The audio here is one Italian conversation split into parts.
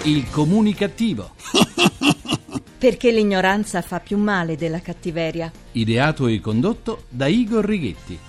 Il comunicativo. Perché l'ignoranza fa più male della cattiveria. Ideato e condotto da Igor Righetti.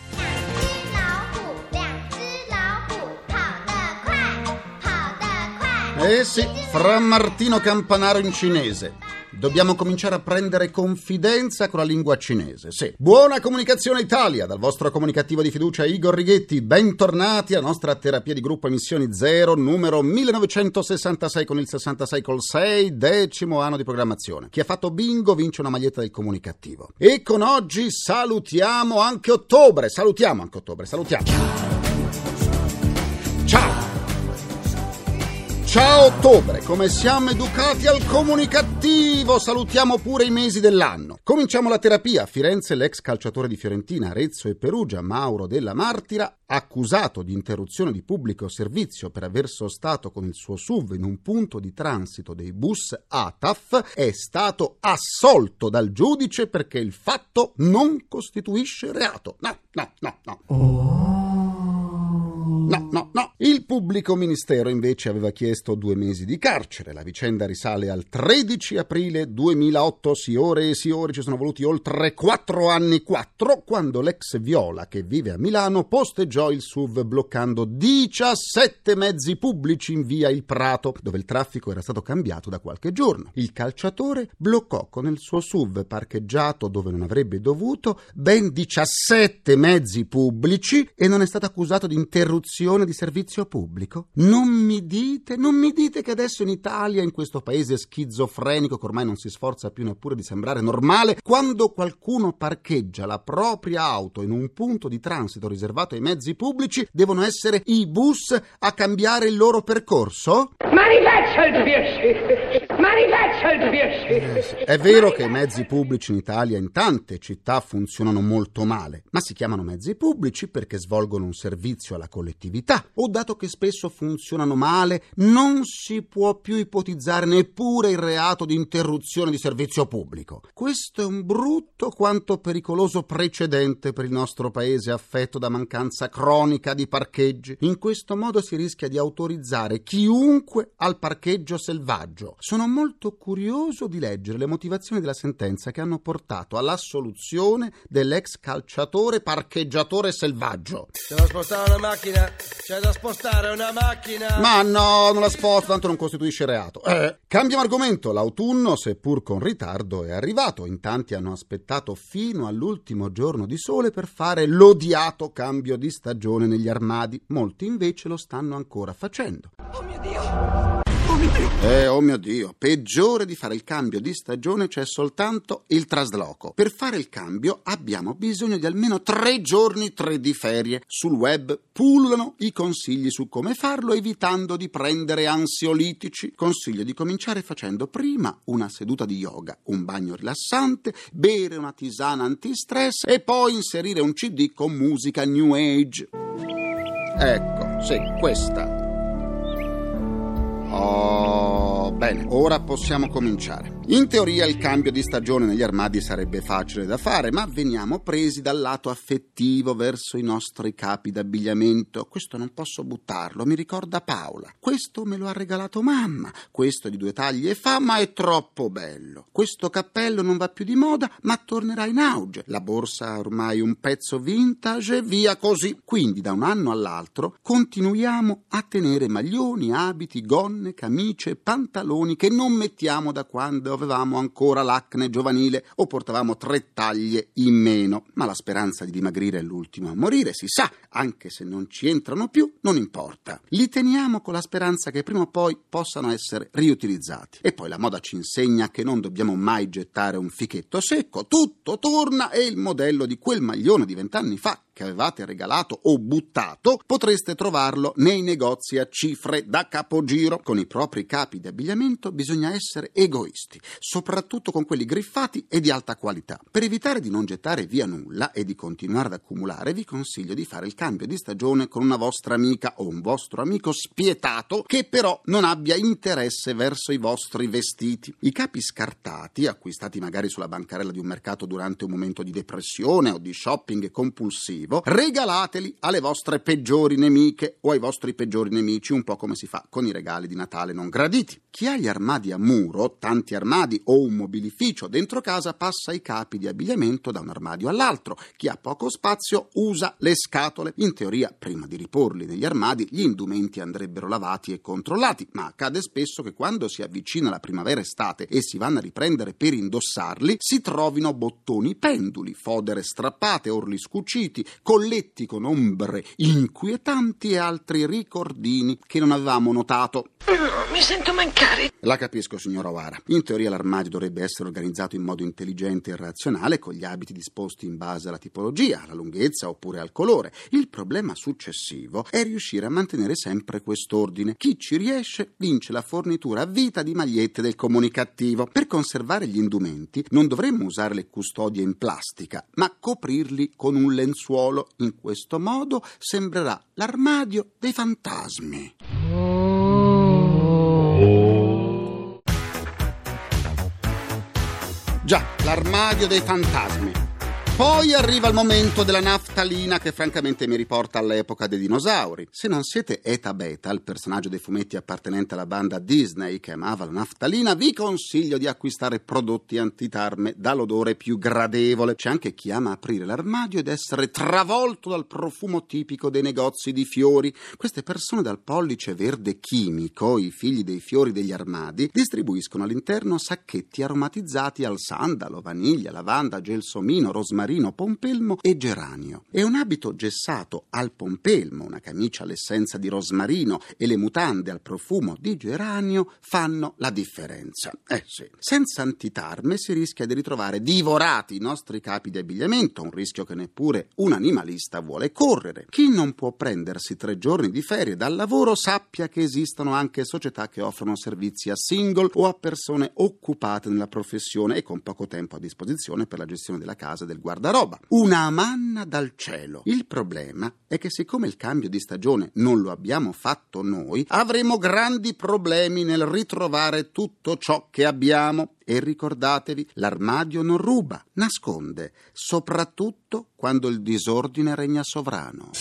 Sì, fra Martino Campanaro in cinese. Dobbiamo cominciare a prendere confidenza con la lingua cinese, sì. Buona comunicazione Italia, dal vostro comunicativo di fiducia Igor Righetti. Bentornati alla nostra terapia di gruppo Emissioni Zero, numero 1966 con il 66 col 6, 10° anno di programmazione. Chi ha fatto bingo vince una maglietta del comunicativo. E con oggi salutiamo anche ottobre. Salutiamo. Ciao ottobre, come siamo educati al comunicativo, salutiamo pure i mesi dell'anno. Cominciamo la terapia. A Firenze l'ex calciatore di Fiorentina, Arezzo e Perugia, Mauro Della Martira, accusato di interruzione di pubblico servizio per aver sostato con il suo SUV in un punto di transito dei bus ATAF, è stato assolto dal giudice perché il fatto non costituisce reato. No. Il pubblico ministero invece aveva chiesto 2 mesi di carcere. La vicenda risale al 13 aprile 2008. Sì, ore, ci sono voluti oltre 4 anni, quando l'ex Viola, che vive a Milano, posteggiò il SUV bloccando 17 mezzi pubblici in via Il Prato, dove il traffico era stato cambiato da qualche giorno. Il calciatore bloccò con il suo SUV, parcheggiato dove non avrebbe dovuto, ben 17 mezzi pubblici e non è stato accusato di interruzione di servizio pubblico? Non mi dite che adesso in Italia, in questo paese schizofrenico che ormai non si sforza più neppure di sembrare normale, quando qualcuno parcheggia la propria auto in un punto di transito riservato ai mezzi pubblici, devono essere i bus a cambiare il loro percorso? È vero che i mezzi pubblici in Italia in tante città funzionano molto male, ma si chiamano mezzi pubblici perché svolgono un servizio alla collettività. O dato che spesso funzionano male, non si può più ipotizzare neppure il reato di interruzione di servizio pubblico. Questo è un brutto quanto pericoloso precedente per il nostro paese affetto da mancanza cronica di parcheggi. In questo modo si rischia di autorizzare chiunque al parcheggio selvaggio. Sono molto curioso di leggere le motivazioni della sentenza che hanno portato all'assoluzione dell'ex calciatore parcheggiatore selvaggio. C'è da spostare una macchina. Ma no, non la sposto, tanto non costituisce reato. Cambiamo argomento. L'autunno, seppur con ritardo, è arrivato. In tanti hanno aspettato fino all'ultimo giorno di sole per fare l'odiato cambio di stagione negli armadi. Molti invece lo stanno ancora facendo. Oh mio Dio! Oh mio Dio, peggiore di fare il cambio di stagione c'è soltanto il trasloco. Per fare il cambio abbiamo bisogno di almeno 3 giorni, 3 di ferie. Sul web pullulano i consigli su come farlo, evitando di prendere ansiolitici. Consiglio di cominciare facendo prima una seduta di yoga, un bagno rilassante, bere una tisana antistress e poi inserire un CD con musica New Age. Ecco, sì, questa. Bene, ora possiamo cominciare. In teoria il cambio di stagione negli armadi sarebbe facile da fare, ma veniamo presi dal lato affettivo verso i nostri capi d'abbigliamento. Questo non posso buttarlo, mi ricorda Paola. Questo me lo ha regalato mamma. Questo di 2 taglie fa, ma è troppo bello. Questo cappello non va più di moda, ma tornerà in auge. La borsa ha ormai un pezzo vintage e via così. Quindi da un anno all'altro continuiamo a tenere maglioni, abiti, gonne, camicie e pantaloni che non mettiamo da quando avevamo ancora l'acne giovanile o portavamo 3 taglie in meno. Ma la speranza di dimagrire è l'ultima a morire, si sa, anche se non ci entrano più, non importa. Li teniamo con la speranza che prima o poi possano essere riutilizzati. E poi la moda ci insegna che non dobbiamo mai gettare un fichetto secco, tutto torna e il modello di quel maglione di 20 anni fa che avevate regalato o buttato potreste trovarlo nei negozi a cifre da capogiro. Con i propri capi di abbigliamento abbigliamento bisogna essere egoisti, soprattutto con quelli griffati e di alta qualità. Per evitare di non gettare via nulla e di continuare ad accumulare, vi consiglio di fare il cambio di stagione con una vostra amica o un vostro amico spietato che però non abbia interesse verso i vostri vestiti. I capi scartati, acquistati magari sulla bancarella di un mercato durante un momento di depressione o di shopping compulsivo, regalateli alle vostre peggiori nemiche o ai vostri peggiori nemici, un po' come si fa con i regali di Natale non graditi. Chi ha gli armadi a muro, tanti armadi o un mobilificio dentro casa, passa i capi di abbigliamento da un armadio all'altro. Chi ha poco spazio usa le scatole. In teoria, prima di riporli negli armadi, gli indumenti andrebbero lavati e controllati, ma accade spesso che quando si avvicina la primavera-estate e si vanno a riprendere per indossarli, si trovino bottoni penduli, fodere strappate, orli scuciti, colletti con ombre inquietanti e altri ricordini che non avevamo notato. Mi sento mancare. La capisco, signora O'Hara. In teoria l'armadio dovrebbe essere organizzato in modo intelligente e razionale, con gli abiti disposti in base alla tipologia, alla lunghezza oppure al colore. Il problema successivo è riuscire a mantenere sempre quest'ordine. Chi ci riesce vince la fornitura a vita di magliette del comunicativo. Per conservare gli indumenti non dovremmo usare le custodie in plastica, ma coprirli con un lenzuolo. In questo modo sembrerà l'armadio dei fantasmi. Già, l'armadio dei fantasmi. Poi arriva il momento della naftalina, che francamente mi riporta all'epoca dei dinosauri. Se non siete Eta Beta, il personaggio dei fumetti appartenente alla banda Disney che amava la naftalina, vi consiglio di acquistare prodotti antitarme dall'odore più gradevole. C'è anche chi ama aprire l'armadio ed essere travolto dal profumo tipico dei negozi di fiori. Queste persone dal pollice verde chimico, i figli dei fiori degli armadi, distribuiscono all'interno sacchetti aromatizzati al sandalo, vaniglia, lavanda, gelsomino, rosmarino, pompelmo e geranio. E un abito gessato al pompelmo, una camicia all'essenza di rosmarino e le mutande al profumo di geranio fanno la differenza. Sì. Senza antitarme si rischia di ritrovare divorati i nostri capi di abbigliamento, un rischio che neppure un animalista vuole correre. Chi non può prendersi 3 giorni di ferie dal lavoro sappia che esistono anche società che offrono servizi a single o a persone occupate nella professione e con poco tempo a disposizione per la gestione della casa e del guardaroba. Una manna dal cielo. Il problema è che siccome il cambio di stagione non lo abbiamo fatto noi, avremo grandi problemi nel ritrovare tutto ciò che abbiamo. E ricordatevi, l'armadio non ruba, nasconde, soprattutto quando il disordine regna sovrano.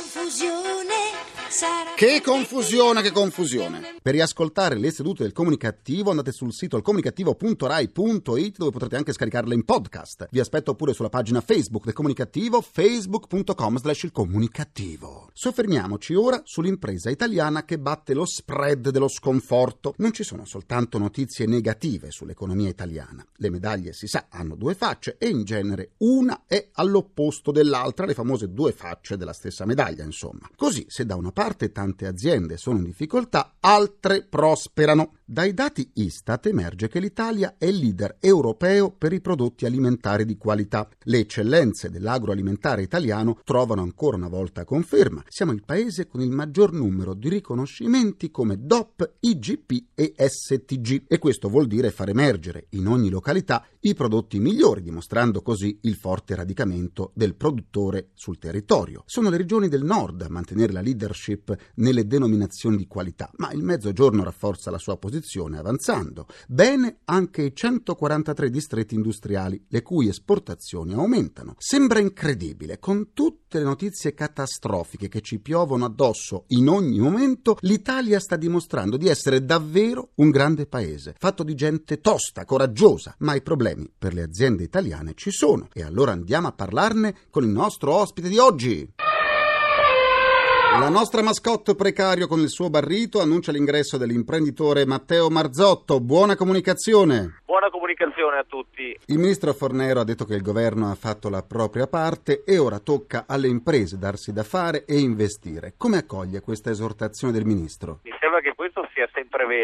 Che confusione! Per riascoltare le sedute del Comunicativo andate sul sito alcomunicativo.rai.it, dove potrete anche scaricarle in podcast. Vi aspetto pure sulla pagina Facebook del Comunicativo, facebook.com/ilcomunicativo. Soffermiamoci ora sull'impresa italiana che batte lo spread dello sconforto. Non ci sono soltanto notizie negative sull'economia italiana. Le medaglie, si sa, hanno 2 facce e in genere una è all'opposto dell'altra, le famose 2 facce della stessa medaglia, insomma. Così, se da una parte tante aziende sono in difficoltà, altre prosperano. Dai dati Istat emerge che l'Italia è il leader europeo per i prodotti alimentari di qualità. Le eccellenze dell'agroalimentare italiano trovano ancora una volta conferma. Siamo il paese con il maggior numero di riconoscimenti come DOP, IGP e STG, e questo vuol dire far emergere in ogni località i prodotti migliori, dimostrando così il forte radicamento del produttore sul territorio. Sono le regioni del nord a mantenere la leadership nelle denominazioni di qualità, ma il Mezzogiorno rafforza la sua posizione avanzando. Bene anche i 143 distretti industriali, le cui esportazioni aumentano. Sembra incredibile, con tutte le notizie catastrofiche che ci piovono addosso in ogni momento, l'Italia sta dimostrando di essere davvero un grande paese, fatto di gente tosta, coraggiosa, ma i problemi per le aziende italiane ci sono. E allora andiamo a parlarne con il nostro ospite di oggi. La nostra mascotte precario con il suo barrito annuncia l'ingresso dell'imprenditore Matteo Marzotto. Buona comunicazione. Buona comunicazione a tutti. Il ministro Fornero ha detto che il governo ha fatto la propria parte e ora tocca alle imprese darsi da fare e investire. Come accoglie questa esortazione del ministro? Mi sembra che questo sia sempre vero,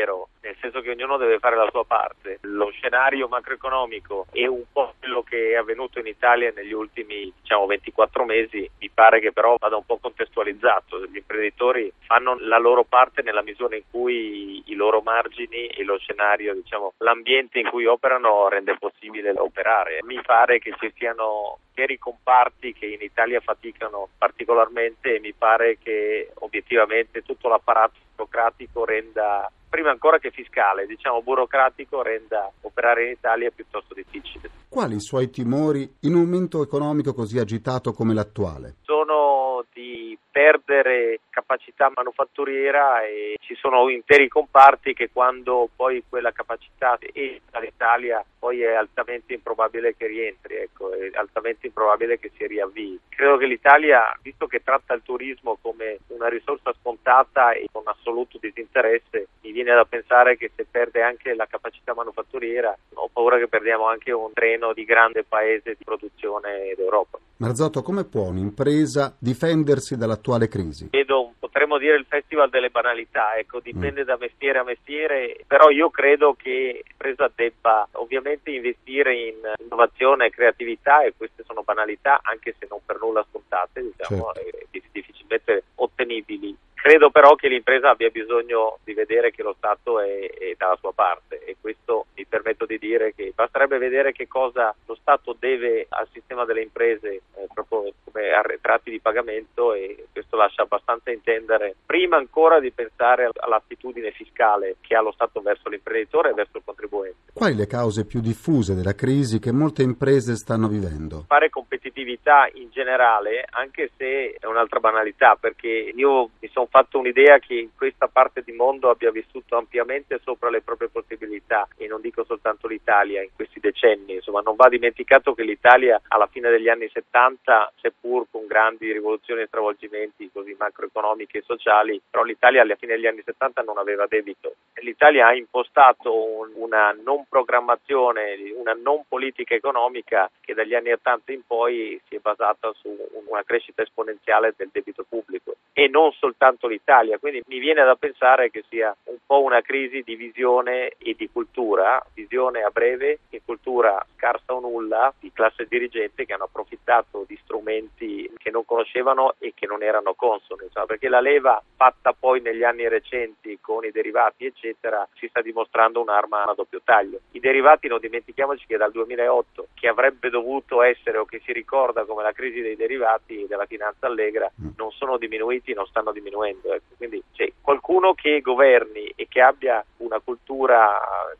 nel senso che ognuno deve fare la sua parte. Lo scenario macroeconomico è un po' quello che è avvenuto in Italia negli ultimi 24 mesi, mi pare che però vada un po' contestualizzato. Gli imprenditori fanno la loro parte nella misura in cui i loro margini e lo scenario, l'ambiente in cui operano rende possibile operare. Mi pare che ci siano interi comparti che in Italia faticano particolarmente e mi pare che obiettivamente tutto l'apparato burocratico renda, prima ancora che fiscale, burocratico, renda operare in Italia piuttosto difficile. Quali i suoi timori in un momento economico così agitato come l'attuale? Sono di perdere capacità manufatturiera e ci sono interi comparti che quando poi quella capacità esce dall'Italia poi è altamente improbabile che rientri, è altamente improbabile che si riavvii. Credo che l'Italia, visto che tratta il turismo come una risorsa scontata e con assoluto disinteresse, mi viene da pensare che se perde anche la capacità manufatturiera ho paura che perdiamo anche un treno di grande paese di produzione d'Europa. Marzotto, come può un'impresa difendersi dall'attuale crisi? Potremmo dire il festival delle banalità, dipende da mestiere a mestiere, però io credo che l'impresa debba ovviamente investire in innovazione e creatività, e queste sono banalità anche se non per nulla scontate, certo. Difficilmente ottenibili. Credo però che l'impresa abbia bisogno di vedere che lo Stato è dalla sua parte, e questo mi permetto di dire che basterebbe vedere che cosa lo Stato deve al sistema delle imprese proprio come arretrati di pagamento, e questo lascia abbastanza intendere, prima ancora di pensare all'attitudine fiscale che ha lo Stato verso l'imprenditore e verso il contribuente. Quali le cause più diffuse della crisi che molte imprese stanno vivendo? Fare competitività in generale, anche se è un'altra banalità, perché io mi sono fatto un'idea che in questa parte di mondo abbia vissuto ampiamente sopra le proprie possibilità, e non dico soltanto l'Italia in questi decenni. Non va dimenticato che l'Italia alla fine degli anni 70, seppur con grandi rivoluzioni e stravolgimenti così macroeconomiche e sociali, però l'Italia alla fine degli anni 70 non aveva debito. L'Italia ha impostato una non programmazione, una non politica economica che dagli anni 80 in poi si è basata su una crescita esponenziale del debito pubblico, e non soltanto l'Italia. Quindi mi viene da pensare che sia un po' una crisi di visione e di cultura, visione a breve e cultura scarsa o nulla di classe dirigente che hanno approfittato di strumenti che non conoscevano e che non erano consoni, perché la leva fatta poi negli anni recenti con i derivati eccetera si sta dimostrando un'arma a doppio taglio. I derivati, non dimentichiamoci che dal 2008, che avrebbe dovuto essere o che si ricorda come la crisi dei derivati della finanza allegra, non sono diminuiti, non stanno diminuendo. Quindi c'è qualcuno che governi e che abbia una cultura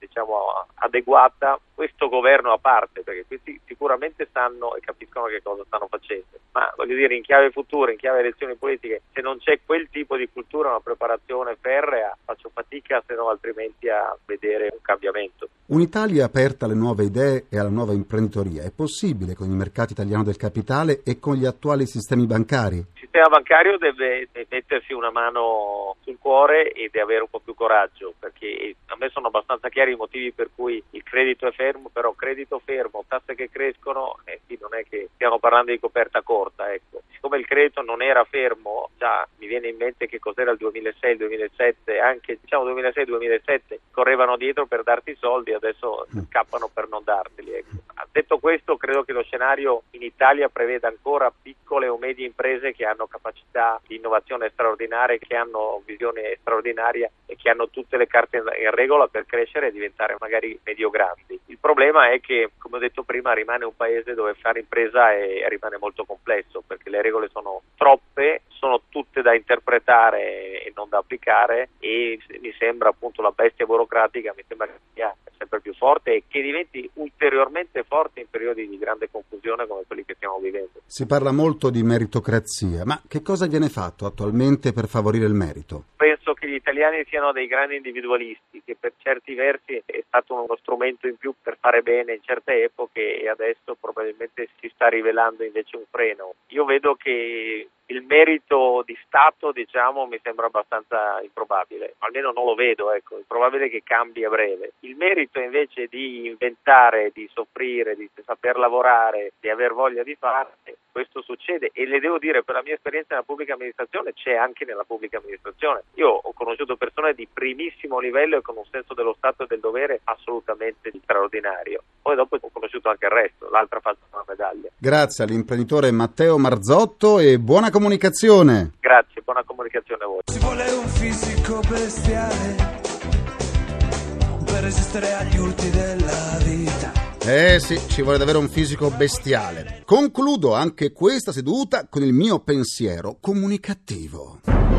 adeguata, questo governo a parte, perché questi sicuramente sanno e capiscono che cosa stanno facendo, ma in chiave futura, in chiave elezioni politiche, se non c'è quel tipo di cultura, una preparazione ferrea, faccio fatica se no altrimenti a vedere un cambiamento. Un'Italia aperta alle nuove idee e alla nuova imprenditoria è possibile con il mercato italiano del capitale e con gli attuali sistemi bancari? Il sistema bancario deve mettersi una mano sul cuore e deve avere un po' più coraggio, perché a me sono abbastanza chiari i motivi per cui il credito è fermo, però credito fermo, tasse che crescono, non è che stiamo parlando di coperta corta. Siccome il credito non era fermo, già mi viene in mente che cos'era il 2006, il 2007, anche 2006-2007 correvano dietro per darti i soldi, adesso scappano per non darteli. Detto questo, credo che lo scenario in Italia preveda ancora piccole o medie imprese che hanno capacità di innovazione straordinaria, che hanno visione straordinaria e che hanno tutte le carte in regola per crescere e diventare magari medio-grandi. Il problema è che, come ho detto prima, rimane un paese dove fare impresa rimane molto complesso, perché le regole sono troppe, sono tutte da interpretare e non da applicare, e mi sembra appunto la bestia burocratica, mi sembra che sia sempre più forte e che diventi ulteriormente forte in periodi di grande confusione come quelli che stiamo vivendo. Si parla molto di meritocrazia, ma che cosa viene fatto attualmente per favorire il merito? Penso che gli italiani siano dei grandi individualisti, che per certi versi è stato uno strumento in più per fare bene in certe epoche, e adesso probabilmente si sta rivelando invece un freno. Io vedo che Il merito di Stato, diciamo, mi sembra abbastanza improbabile, almeno non lo vedo, ecco, è probabile che cambi a breve. Il merito invece di inventare, di soffrire, di saper lavorare, di aver voglia di fare, questo succede e le devo dire, per la mia esperienza nella pubblica amministrazione, c'è anche nella pubblica amministrazione. Io ho conosciuto persone di primissimo livello e con un senso dello Stato e del dovere assolutamente straordinario. Poi dopo ho conosciuto anche il resto, l'altra faccia della medaglia. Grazie all'imprenditore Matteo Marzotto e buona comunicazione. Grazie, buona comunicazione a voi. Ci vuole un fisico bestiale per resistere agli urti della vita. Sì, ci vuole davvero un fisico bestiale. Concludo anche questa seduta con il mio pensiero comunicativo.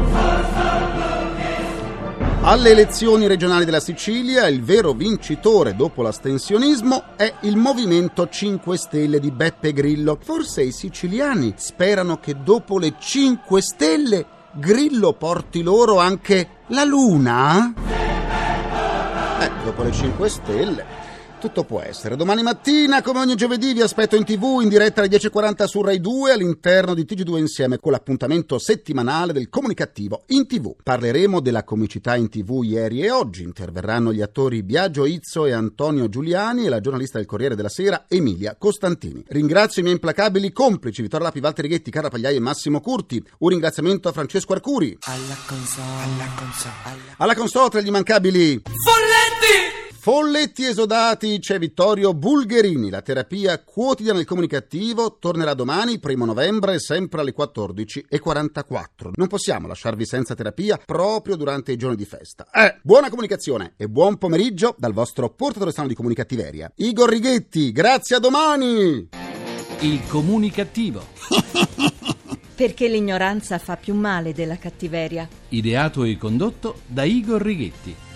Alle elezioni regionali della Sicilia, il vero vincitore dopo l'astensionismo è il Movimento 5 Stelle di Beppe Grillo. Forse i siciliani sperano che dopo le 5 Stelle Grillo porti loro anche la luna? Dopo le 5 Stelle tutto può essere. Domani mattina, come ogni giovedì, vi aspetto in TV in diretta alle 10.40 su Rai 2 all'interno di TG2 Insieme con l'appuntamento settimanale del Comunicativo in TV. Parleremo della comicità in TV ieri e oggi. Interverranno gli attori Biagio Izzo e Antonio Giuliani e la giornalista del Corriere della Sera Emilia Costantini. Ringrazio i miei implacabili complici Vittorio Lapi, Walter Righetti, Carla Pagliai e Massimo Curti. Un ringraziamento a Francesco Arcuri. Alla console tra gli immancabili Folletti esodati c'è Vittorio Bulgherini. La terapia quotidiana del comunicativo tornerà domani, 1 novembre, sempre alle 14.44. Non possiamo lasciarvi senza terapia proprio durante i giorni di festa. Buona comunicazione e buon pomeriggio dal vostro portatore strano di comunicattiveria, Igor Righetti. Grazie, a domani! Il comunicativo. Perché l'ignoranza fa più male della cattiveria. Ideato e condotto da Igor Righetti.